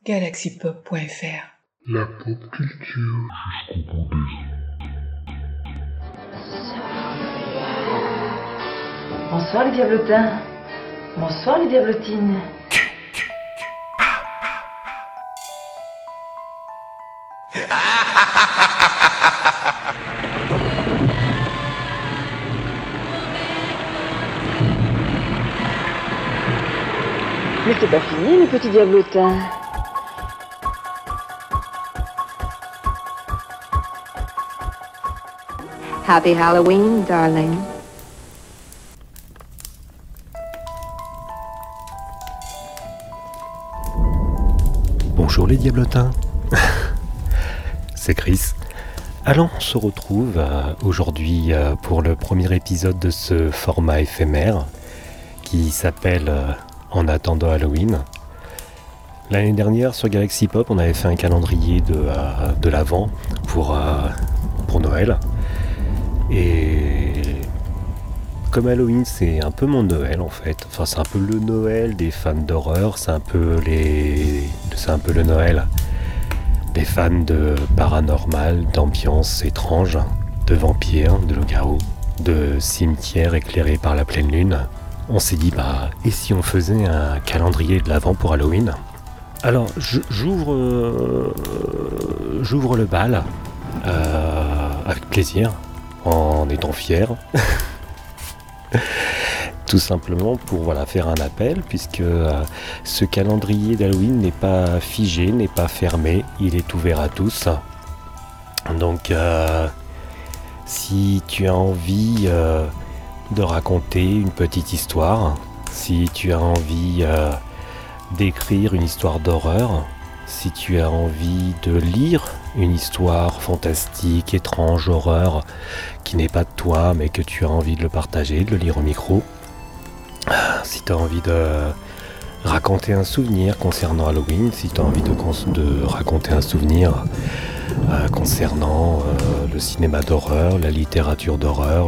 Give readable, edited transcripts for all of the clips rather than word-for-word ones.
galaxypop.fr. La pop culture jusqu'au bout des ondes. Bonsoir les diablotins. Bonsoir les diablotines. Mais c'est pas fini les petits diablotins. Happy Halloween, darling. Bonjour les diablotins. C'est Chris. Alors on se retrouve aujourd'hui pour le premier épisode de ce format éphémère qui s'appelle En attendant Halloween. L'année dernière sur Galaxy Pop on avait fait un calendrier de l'Avent pour Noël. Et comme Halloween c'est un peu mon Noël en fait, enfin c'est un peu le Noël des fans d'horreur, c'est un peu le Noël des fans de paranormal, d'ambiance étrange, de vampires, de loups-garous, de cimetières éclairés par la pleine lune. On s'est dit et si on faisait un calendrier de l'Avent pour Halloween? Alors j'ouvre le bal avec plaisir, en étant fier. Tout simplement pour faire un appel, puisque ce calendrier d'Halloween n'est pas figé, n'est pas fermé, il est ouvert à tous. Donc si tu as envie de raconter une petite histoire, si tu as envie d'écrire une histoire d'horreur, si tu as envie de lire une histoire fantastique, étrange, horreur, qui n'est pas de toi, mais que tu as envie de le partager, de le lire au micro, si tu as envie de raconter un souvenir concernant Halloween, si tu as envie de raconter un souvenir concernant le cinéma d'horreur, la littérature d'horreur,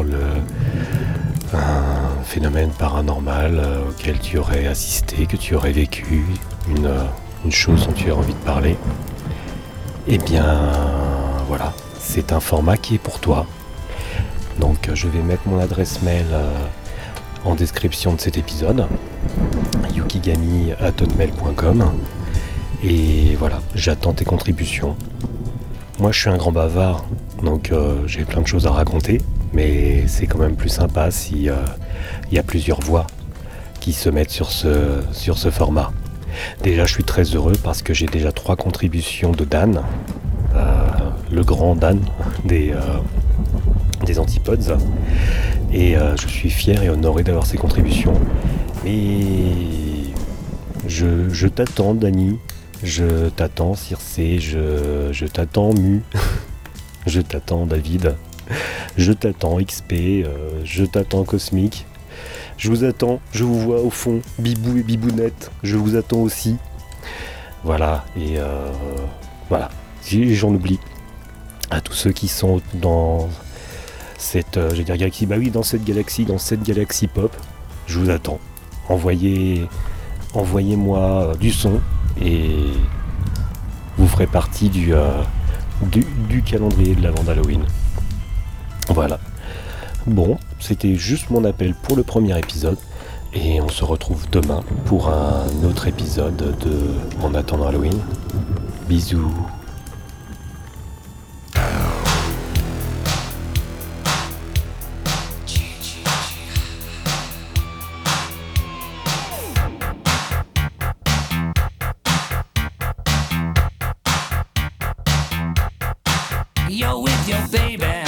un phénomène paranormal auquel tu aurais assisté, que tu aurais vécu, une chose dont tu as envie de parler, eh bien voilà, c'est un format qui est pour toi. Donc je vais mettre mon adresse mail en description de cet épisode, yukigami@hotmail.com, et voilà, j'attends tes contributions. Moi je suis un grand bavard, donc j'ai plein de choses à raconter, mais c'est quand même plus sympa si y a plusieurs voix qui se mettent sur ce format. Déjà je suis très heureux parce que j'ai déjà 3 contributions de Dan, le grand Dan des Antipodes, et je suis fier et honoré d'avoir ces contributions. Mais je t'attends Dani, je t'attends Circé, je t'attends Mu, je t'attends David, je t'attends XP, je t'attends Cosmic. Je vous attends, je vous vois au fond, Bibou et Bibounette, je vous attends aussi. Voilà, et voilà, si j'en oublie, à tous ceux qui sont dans cette, galaxie, dans cette galaxie pop, je vous attends. Envoyez-moi du son et vous ferez partie du calendrier de l'Avent d'Halloween. Voilà. Bon, c'était juste mon appel pour le premier épisode et on se retrouve demain pour un autre épisode de En attendant Halloween. Bisous. You're with your baby.